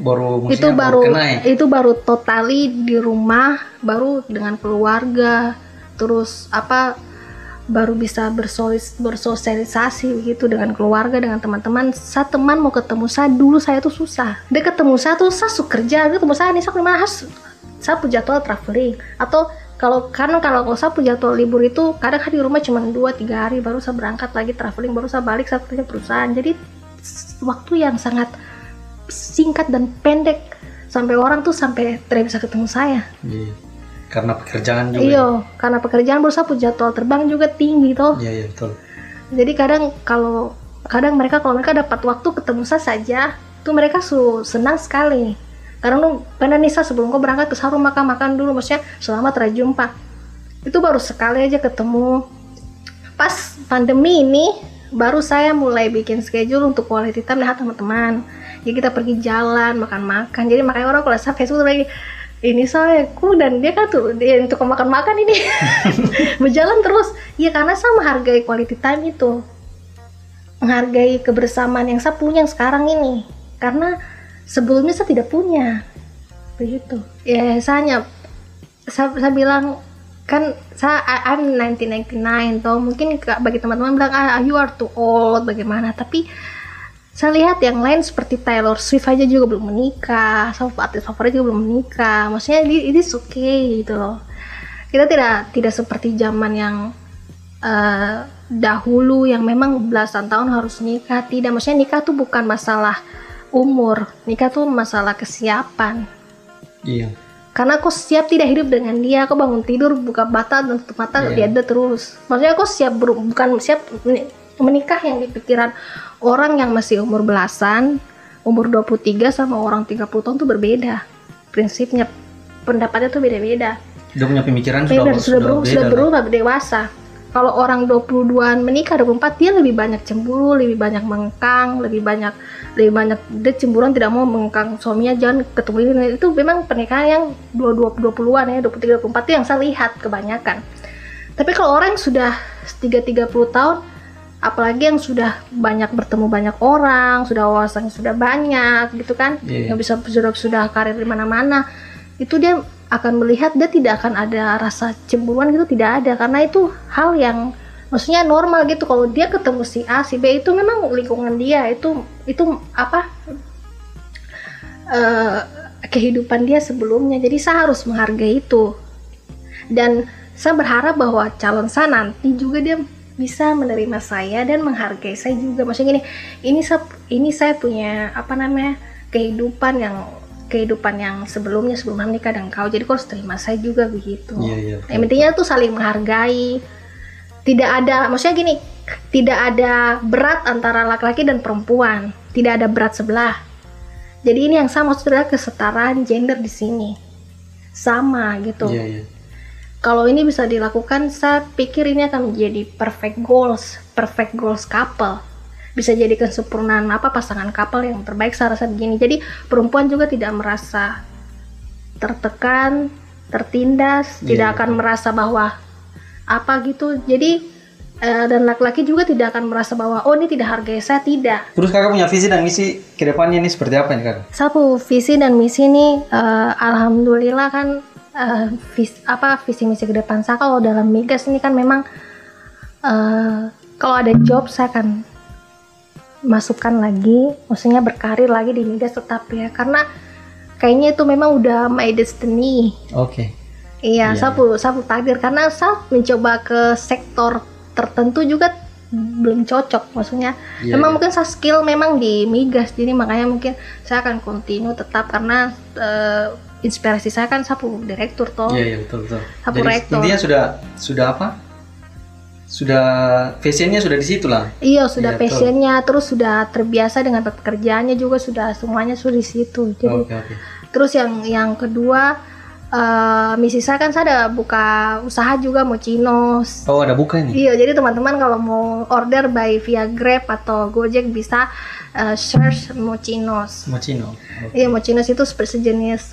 baru totali di rumah, baru dengan keluarga, terus baru bisa bersosialisasi gitu dengan keluarga, dengan teman-teman. Saya teman mau ketemu saya dulu, saya tuh susah. Dia ketemu saya tuh saya suka kerja, dia ketemu saya nih saya kemana, saya punya jadwal traveling. Atau kalau saya punya jadwal libur itu kadang di rumah cuma 2-3 hari, baru saya berangkat lagi traveling, baru saya balik, saya kerja perusahaan. Jadi waktu yang sangat singkat dan pendek, sampai orang tuh sampai tidak bisa ketemu saya. Iya. Karena pekerjaan juga. Iya, karena pekerjaan baru saya punya jadwal terbang juga tinggi toh. Iya betul. Jadi kadang mereka kalau mereka dapat waktu ketemu saya saja, tuh mereka senang sekali. Karena lu pernah Nisa sebelum kau berangkat ke Saru makan dulu, maksudnya selamat terjumpa. Itu baru sekali aja ketemu. Pas pandemi ini baru saya mulai bikin schedule untuk quality time dengan teman-teman. Jadi kita pergi jalan, makan-makan. Jadi makanya orang kalau saya Facebook lagi ini saya dan dia kan tuh dia untuk makan-makan ini berjalan terus. Ya karena saya menghargai quality time itu, menghargai kebersamaan yang saya punya sekarang ini. Karena sebelumnya saya tidak punya begitu. Ya saya bilang kan I'm 1999 toh, mungkin bagi teman-teman bilang you are too old bagaimana, tapi saya lihat yang lain seperti Taylor Swift aja juga belum menikah, artis favorit juga belum menikah, maksudnya ini okay gitu loh. Kita tidak seperti zaman yang dahulu yang memang belasan tahun harus nikah. Tidak, maksudnya nikah tuh bukan masalah umur, nikah tuh masalah kesiapan. Iya. Karena kau siap tidak hidup dengan dia, kau bangun tidur buka mata dan tutup mata dia ada terus. Maksudnya kau siap bukan siap menikah yang di pikiran orang yang masih umur belasan, umur 23 sama orang 30 tahun tuh berbeda. Prinsipnya, pendapatnya tuh beda-beda. Dia punya pemikiran sudah berubah dewasa. Kalau orang 22-an menikah 24, dia lebih banyak cemburu, lebih banyak mengkang, lebih banyak dia cemburuan, tidak mau mengkang suaminya, jangan ketemu ini. Itu memang pernikahan yang 20-an ya, 23 24 itu yang saya lihat kebanyakan. Tapi kalau orang yang sudah 30 tahun, apalagi yang sudah banyak bertemu banyak orang, sudah wawasannya sudah banyak gitu kan, yang bisa sudah karir di mana-mana, itu dia akan melihat, dia tidak akan ada rasa cemburuan gitu, tidak ada, karena itu hal yang maksudnya normal gitu. Kalau dia ketemu si A, si B, itu memang lingkungan dia, itu apa kehidupan dia sebelumnya. Jadi saya harus menghargai itu, dan saya berharap bahwa calon saya nanti juga dia bisa menerima saya dan menghargai saya juga. Maksudnya gini, ini saya punya kehidupan yang sebelum menikah dengan kau, jadi kau harus terima saya juga begitu. Yang pentingnya tuh saling menghargai. Tidak ada, maksudnya gini, tidak ada berat antara laki-laki dan perempuan, tidak ada berat sebelah. Jadi ini yang saya maksud adalah kesetaraan gender di sini, sama gitu. Kalau ini bisa dilakukan, saya pikir ini akan menjadi perfect goals couple. Bisa jadi kesempurnaan pasangan couple yang terbaik. Saya rasa begini. Jadi perempuan juga tidak merasa tertekan, tertindas, tidak akan merasa bahwa gitu. Jadi dan laki-laki juga tidak akan merasa bahwa ini tidak hargai saya, tidak. Terus kakak punya visi dan misi ke depannya ini seperti apa nih kak? Saya punya visi dan misi ini alhamdulillah kan, visi misi ke depan saya kalau dalam migas ini kan memang kalau ada job saya akan masukkan lagi, maksudnya berkarir lagi di migas tetap ya, karena kayaknya itu memang udah my destiny. Iya, saya takdir, karena saya mencoba ke sektor tertentu juga belum cocok, maksudnya memang mungkin saya skill memang di migas, jadi makanya mungkin saya akan continue tetap, karena inspirasi saya kan sapu direktur toh. Betul. Sapu rektor. Intinya sudah apa? Sudah passionnya sudah di situ lah. Iya, sudah passionnya, terus sudah terbiasa dengan pekerjaannya juga, sudah semuanya sudah di situ. Jadi terus yang kedua, misi saya kan, saya ada buka usaha juga, Mochinos. Ada buka ini? Iya, jadi teman-teman kalau mau order via Grab atau Gojek bisa search Mochinos. Iya, Mochinos itu sejenis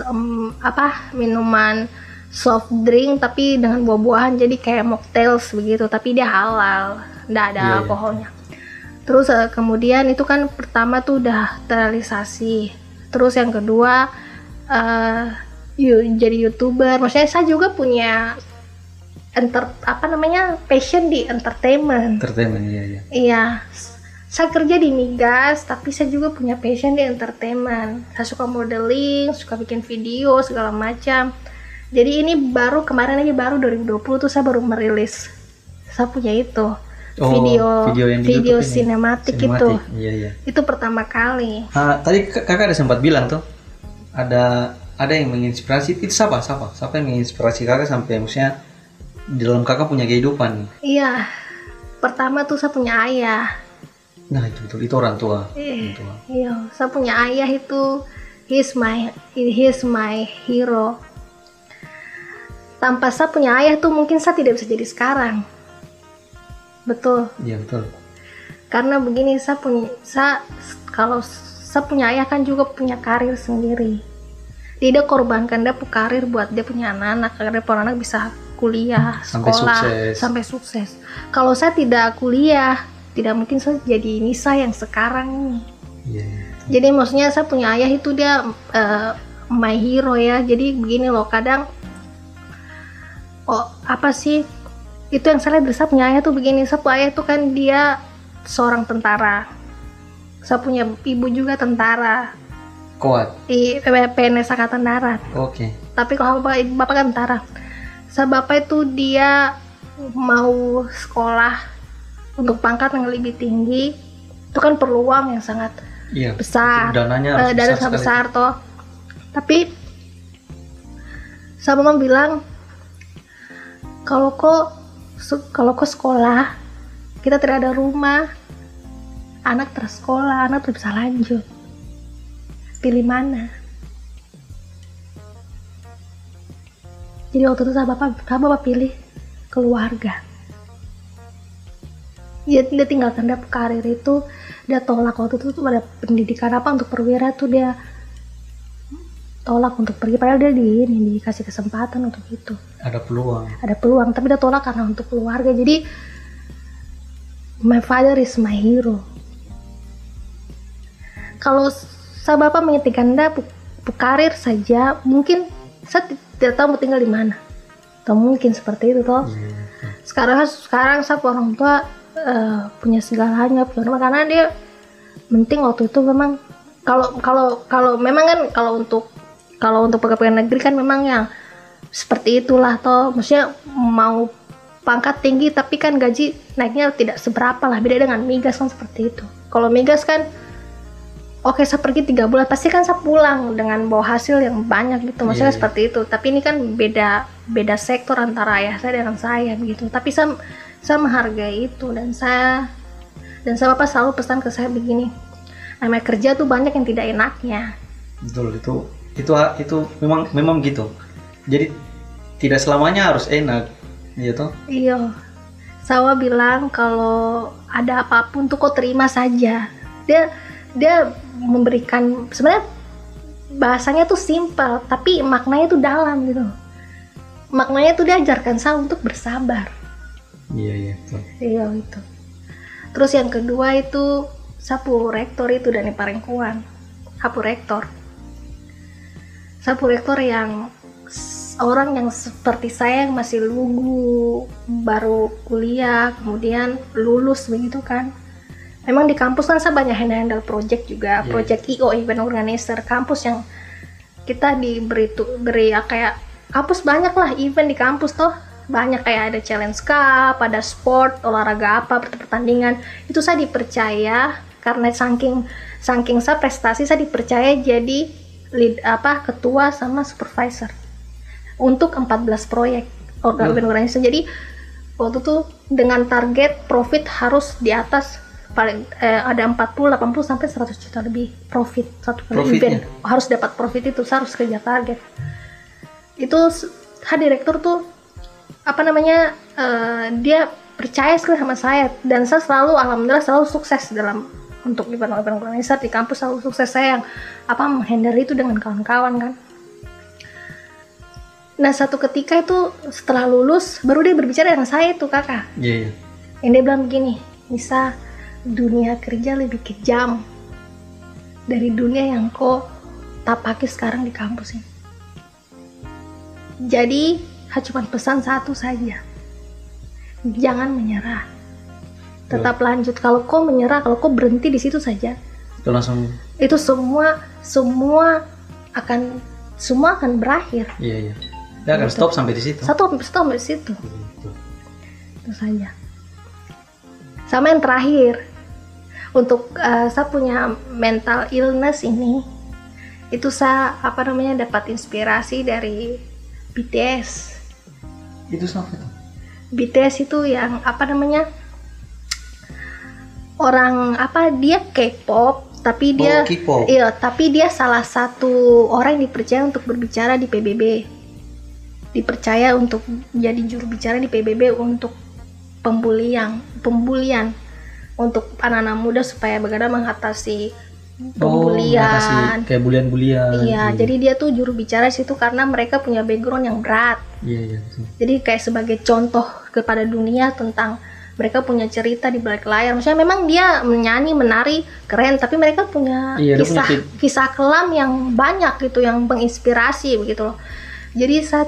minuman soft drink tapi dengan buah-buahan, jadi kayak mocktails begitu, tapi dia halal, nggak ada alkoholnya. Terus kemudian itu kan pertama tuh udah terrealisasi. Terus yang kedua jadi YouTuber. Maksudnya saya juga punya passion di entertainment. Entertainment, iya. Iya, saya kerja di migas, tapi saya juga punya passion di entertainment. Saya suka modeling, suka bikin video, segala macam. Jadi ini kemarin aja 2020 tuh saya baru merilis. Saya punya itu. Video sinematik itu. Iya. Itu pertama kali. Tadi kakak ada sempat bilang tuh, ada yang menginspirasi. Itu siapa yang menginspirasi kakak sampai maksudnya di dalam kakak punya kehidupan? Iya, pertama tuh saya punya ayah. Nah itu betul, itu orang tua. Iya, saya punya ayah itu, he's my hero. Tanpa saya punya ayah tuh mungkin saya tidak bisa jadi sekarang. Betul. Iya betul. Karena begini, kalau saya punya ayah kan juga punya karir sendiri. Dia korbankan dia karir buat dia punya anak-anak, agar dia punya anak bisa kuliah, sekolah, sampai sukses. Kalau saya tidak kuliah, tidak mungkin saya jadi Nisa yang sekarang ini. Jadi maksudnya saya punya ayah itu dia my hero ya. Jadi begini loh, kadang itu yang saya lihat dari saya punya ayah tuh begini. Saya punya ayah tuh kan dia seorang tentara. Saya punya ibu juga tentara. Kuat. Di PNS Angkatan Darat. Oke. Tapi kalau bapak kan tentara. Bapak itu dia mau sekolah untuk pangkat yang lebih tinggi, itu kan perlu uang yang sangat besar, dananya sangat besar toh. Tapi saya memang bilang kalau kau sekolah, kita tidak ada rumah, anak tersekolah, anak tidak bisa lanjut, pilih mana? Jadi waktu itu bapak pilih keluarga. Dia tinggalkan dia karir itu, dia tolak waktu itu tuh ada pendidikan untuk perwira tuh dia tolak untuk pergi, padahal dia dikasih kesempatan untuk itu. Ada peluang, tapi dia tolak karena untuk keluarga. Jadi my father is my hero. Kalau bapak menginginkan dia karir saja, mungkin saya tidak tahu mau tinggal di mana. Atau mungkin seperti itu toh. Sekarang saya orang tua punya segalanya, punya rumah, karena dia penting waktu itu memang kalau memang kan kalau untuk pegawai negeri kan memang yang seperti itulah toh. Maksudnya mau pangkat tinggi tapi kan gaji naiknya tidak seberapa lah, beda dengan migas kan seperti itu. Kalau migas kan oke, saya pergi 3 bulan, pasti kan saya pulang dengan bawa hasil yang banyak gitu, maksudnya seperti itu. Tapi ini kan beda sektor antara ayah saya dengan saya begitu. Tapi saya menghargai itu, dan saya bapak selalu pesan ke saya begini, namanya kerja tuh banyak yang tidak enaknya. Betul, itu memang gitu. Jadi tidak selamanya harus enak, gitu. Iya. Saya bilang kalau ada apapun tuh kau terima saja. Dia memberikan, sebenarnya bahasanya tuh simpel tapi maknanya tuh dalam gitu. Maknanya tuh diajarkan saya untuk bersabar. Iya itu. Terus yang kedua itu sapu rektor itu dari Parengkuan. Sapu rektor yang orang yang seperti saya yang masih lugu, baru kuliah, kemudian lulus begitu kan. Memang di kampus kan saya banyak handle project juga, project IO, event organizer kampus, yang kita beri kayak kampus banyak lah event di kampus toh, banyak kayak ada challenge cup, ada sport, olahraga apa, pertandingan. Itu saya dipercaya karena saking saya prestasi, saya dipercaya jadi ketua sama supervisor untuk 14 proyek event organizer. Jadi waktu itu dengan target profit harus di atas paling ada 40, 80 sampai 100 juta lebih profit satu kali event. Harus dapat profit itu, saya harus kerja target. Itu direktur tuh dia percaya sekali sama saya, dan saya selalu alhamdulillah selalu sukses dalam untuk event organizer di kampus, selalu sukses. Saya yang menghandle itu dengan kawan-kawan kan. Nah satu ketika itu setelah lulus baru dia berbicara dengan saya tuh kakak. Yang dia bilang begini, Nisa, dunia kerja lebih kejam dari dunia yang kau tapaki sekarang di kampus ini. Jadi cuma pesan satu saja, jangan menyerah. Tetap lanjut. Kalau kau menyerah, kalau kau berhenti di situ saja, Itu langsung. itu semua akan berakhir. Iya. Dia akan stop sampai di situ. Stop sampai situ. Gitu. Itu saja. Sama yang terakhir, untuk saya punya mental illness ini, itu saya dapat inspirasi dari BTS. Itu siapa tuh? BTS itu yang orang dia K-pop, tapi dia K-pop. iya, tapi dia salah satu orang yang dipercaya untuk berbicara di PBB. Dipercaya untuk jadi juru bicara di PBB untuk pembulian untuk anak-anak muda supaya bagaimana mengatasi pembulian. Kayak bulian-bulian. Iya, jadi dia tuh juru bicara situ karena mereka punya background yang berat. Iya. Betul. Jadi kayak sebagai contoh kepada dunia tentang mereka punya cerita di balik layar. Maksudnya memang dia menyanyi, menari, keren, tapi mereka punya Iya, dia punya kisah kelam yang banyak gitu, yang menginspirasi begitu loh. Jadi saya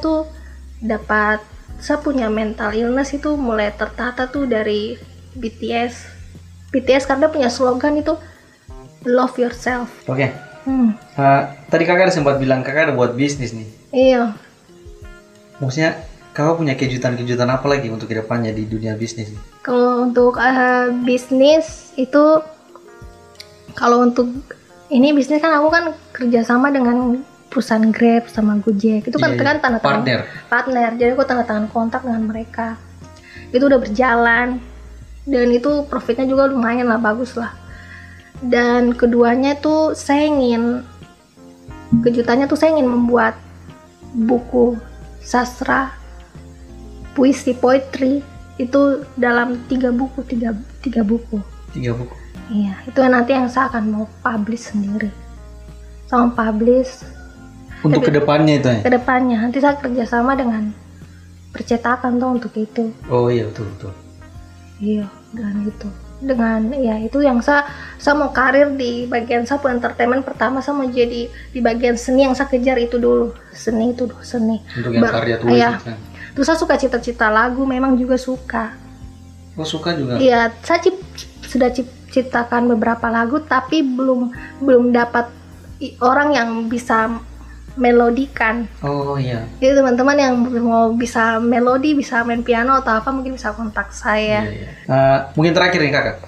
punya mental illness itu mulai tertata tuh dari BTS karena punya slogan itu love yourself. Oke. Tadi kakak ada sempat bilang kakak ada buat bisnis nih. Iya. Maksudnya kakak punya kejutan-kejutan apa lagi untuk kedepannya di dunia bisnis nih? Kalau untuk bisnis itu, kalau untuk ini bisnis kan aku kan kerjasama dengan perusahaan Grab sama Gojek. Itu kan Iya. tanda tangan partner. Jadi aku tanda tangan kontrak dengan mereka. Itu udah berjalan dan itu profitnya juga lumayan lah, bagus lah. Dan keduanya tuh kejutannya tuh saya ingin membuat buku sastra, puisi, poetry itu dalam 3 buku. 3 buku. Iya, itu nanti yang saya akan mau publish sendiri. Sama publish Untuk kedepannya itu ya? kedepannya. Nanti saya kerjasama dengan percetakan tuh untuk itu. Oh iya, betul. Iya, dengan itu yang saya mau karir di bagian saya entertainment. Pertama saya mau jadi di bagian seni, yang saya kejar itu dulu. Seni. Untuk yang karya tulis iya. itu kan? Terus saya suka cita-cita lagu, memang juga suka. Oh, suka juga? Iya, saya sudah ciptakan beberapa lagu, tapi belum dapat orang yang bisa melodikan. Oh iya. Jadi teman-teman yang mau bisa melodi, bisa main piano atau apa, mungkin bisa kontak saya. Iya. Mungkin terakhir nih kakak.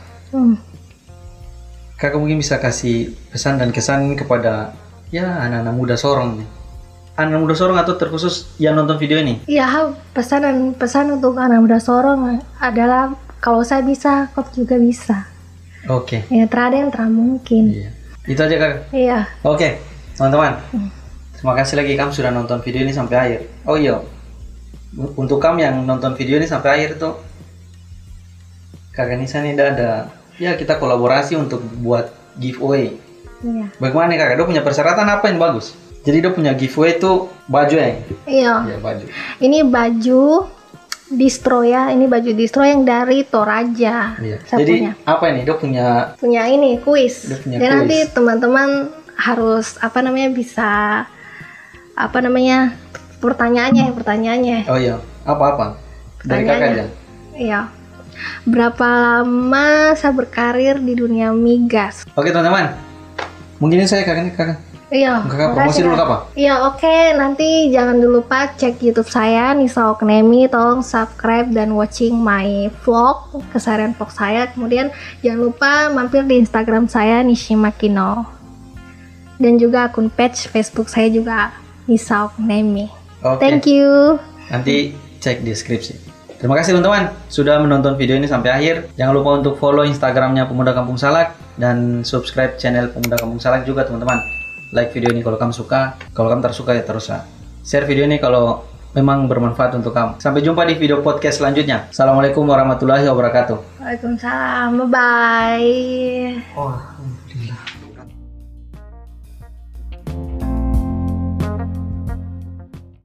Kakak mungkin bisa kasih pesan dan kesan kepada anak-anak muda Sorong nih. Anak muda Sorong atau terkhusus yang nonton video ini? Iya, pesan untuk anak muda Sorong adalah kalau saya bisa, kau juga bisa. Oke. Ya, terada yang mungkin. Iya. Itu aja kakak. Iya. Oke, teman-teman. Terima kasih lagi kamu sudah nonton video ini sampai akhir. Oh iya, untuk kamu yang nonton video ini sampai akhir tuh, kakak Nisa ini ada kita kolaborasi untuk buat giveaway. Iya. Bagaimana nih kakak? Dia punya persyaratan apa yang bagus? Jadi dia punya giveaway tuh baju ya? Iya. Iya, baju. Ini baju distro ya. Ini baju distro yang dari Toraja. Iya. Saya Jadi punya. apa ini? Dia punya ini kuis. Dia punya Dan kuis. nanti teman-teman harus bisa pertanyaannya. Oh iya, apa? Dari kakak aja. Iya. Berapa lama saya berkarir di dunia migas? Oke teman-teman, mungkin ini saya kakak. Iya. Kakak makasih, promosi dulu Kak. apa? Iya, oke. Nanti jangan lupa cek YouTube saya Nisa Oknemi. Tolong subscribe dan watching my vlog, keseharian vlog saya. Kemudian jangan lupa mampir di Instagram saya Nishima Kino. Dan juga akun page Facebook saya juga Nisa Oknemi. Oke. Thank you. Nanti cek deskripsi. Terima kasih teman-teman sudah menonton video ini sampai akhir. Jangan lupa untuk follow Instagramnya Pemuda Kampung Salak dan subscribe channel Pemuda Kampung Salak juga teman-teman. Like video ini kalau kamu suka, kalau kamu tersuka ya terus share video ini kalau memang bermanfaat untuk kamu. Sampai jumpa di video podcast selanjutnya. Assalamualaikum warahmatullahi wabarakatuh. Waalaikumsalam. Bye bye. Oh, alhamdulillah.